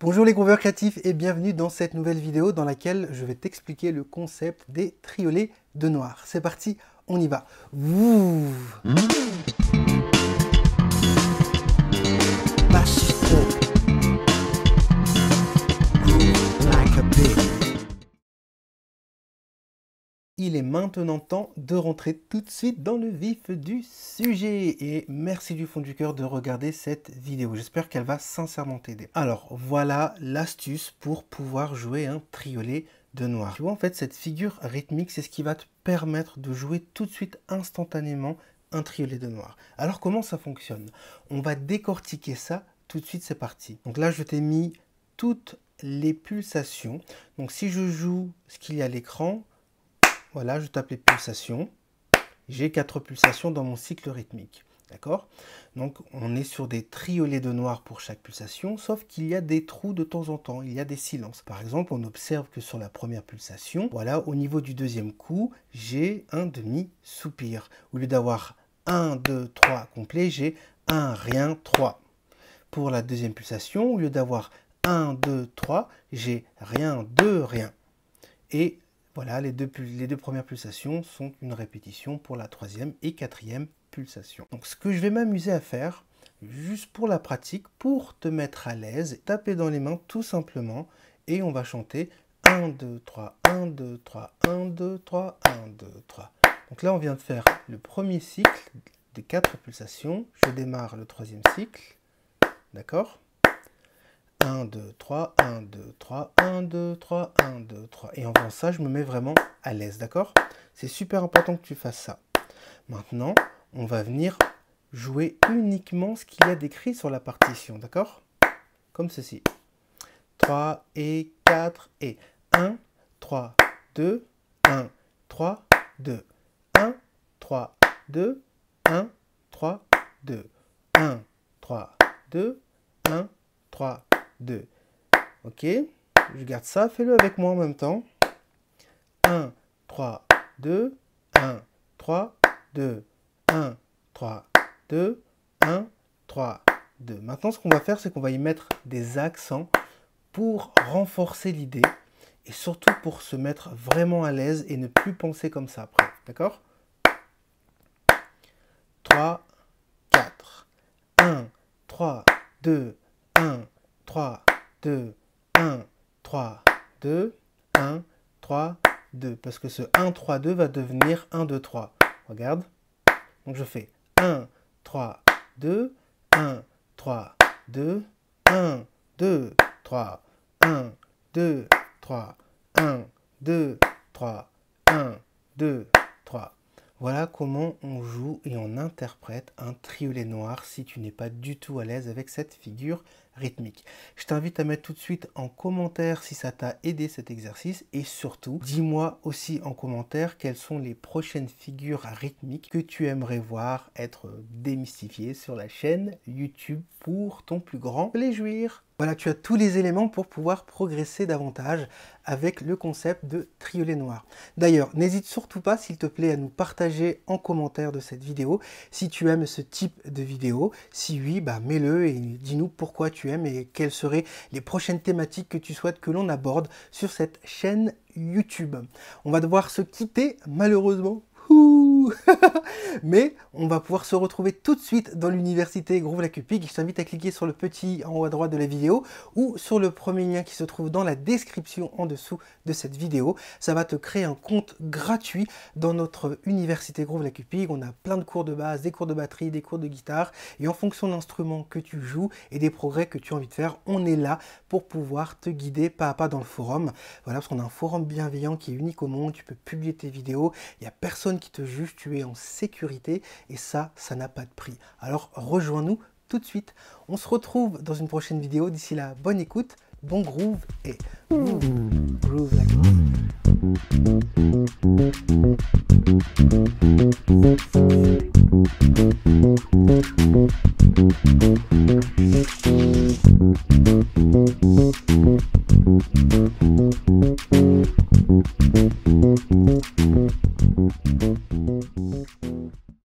Bonjour les grooveurs créatifs et bienvenue dans cette nouvelle vidéo dans laquelle je vais t'expliquer le concept des triolets de noir. C'est parti, on y va. Ouh. Il est maintenant temps de rentrer tout de suite dans le vif du sujet et merci du fond du cœur de regarder cette vidéo. J'espère qu'elle va sincèrement t'aider. Alors voilà l'astuce pour pouvoir jouer un triolet de noir. Tu vois en fait cette figure rythmique, c'est ce qui va te permettre de jouer tout de suite instantanément un triolet de noir. Alors comment ça fonctionne? On va décortiquer ça tout de suite, c'est parti. Donc là je t'ai mis toutes les pulsations. Donc si je joue ce qu'il y a à l'écran, voilà, je tape les pulsations. J'ai 4 pulsations dans mon cycle rythmique. D'accord? Donc, on est sur des triolets de noir pour chaque pulsation, sauf qu'il y a des trous de temps en temps, il y a des silences. Par exemple, on observe que sur la première pulsation, voilà, au niveau du deuxième coup, j'ai un demi-soupir. Au lieu d'avoir 1, 2, 3 complet, j'ai 1, rien, 3. Pour la deuxième pulsation, au lieu d'avoir 1, 2, 3, j'ai rien, 2, rien. Et voilà, les deux premières pulsations sont une répétition pour la troisième et quatrième pulsation. Donc ce que je vais m'amuser à faire, juste pour la pratique, pour te mettre à l'aise, taper dans les mains tout simplement, et on va chanter 1, 2, 3, 1, 2, 3, 1, 2, 3, 1, 2, 3. Donc là, on vient de faire le premier cycle des 4 pulsations. Je démarre le troisième cycle, d'accord ? 1, 2, 3, 1, 2, 3, 1, 2, 3, 1, 2, 3. Et en faisant ça, je me mets vraiment à l'aise, d'accord? C'est super important que tu fasses ça. Maintenant, on va venir jouer uniquement ce qu'il y a d'écrit sur la partition, d'accord? Comme ceci. 3 et 4 et 1, 3, 2, 1, 3, 2, 1, 3, 2, 1, 3, 2, 1, 3, 2, 1, 3, 2. Ok, je garde ça, fais-le avec moi en même temps. 1, 3, 2, 1, 3, 2, 1, 3, 2, 1, 3, 2. Maintenant, ce qu'on va faire, c'est qu'on va y mettre des accents pour renforcer l'idée et surtout pour se mettre vraiment à l'aise et ne plus penser comme ça après. D'accord? 3, 4, 1, 3, 2, 1, 3, 2, 1, 3, 2, 1, 3, 2. Parce que ce 1, 3, 2 va devenir 1, 2, 3. Regarde. Donc je fais 1, 3, 2, 1, 3, 2, 1, 2, 3, 1, 2, 3, 1, 2, 3, 1, 2, 3. Voilà comment on joue et on interprète un triolet noir si tu n'es pas du tout à l'aise avec cette figure rythmique. Je t'invite à mettre tout de suite en commentaire si ça t'a aidé cet exercice et surtout, dis-moi aussi en commentaire quelles sont les prochaines figures rythmiques que tu aimerais voir être démystifiées sur la chaîne YouTube pour ton plus grand plaisir. Voilà, tu as tous les éléments pour pouvoir progresser davantage avec le concept de triolet noir. D'ailleurs, n'hésite surtout pas, s'il te plaît, à nous partager en commentaire de cette vidéo si tu aimes ce type de vidéo. Si oui, bah mets-le et dis-nous pourquoi tu aimes et quelles seraient les prochaines thématiques que tu souhaites que l'on aborde sur cette chaîne YouTube. On va devoir se quitter, malheureusement. Mais on va pouvoir se retrouver tout de suite dans l'université Groove Like a Pig. Je t'invite à cliquer sur le petit en haut à droite de la vidéo ou sur le premier lien qui se trouve dans la description en dessous de cette vidéo. Ça va te créer un compte gratuit dans notre université Groove Like a Pig. On a plein de cours de base, des cours de batterie, des cours de guitare et en fonction de l'instrument que tu joues et des progrès que tu as envie de faire, on est là pour pouvoir te guider pas à pas dans le forum. Voilà, parce qu'on a un forum bienveillant qui est unique au monde. Tu peux publier tes vidéos, il n'y a personne qui te juge, tu es en sécurité et ça n'a pas de prix. Alors rejoins-nous tout de suite. On se retrouve dans une prochaine vidéo. D'ici là, bonne écoute, bon groove et groove like a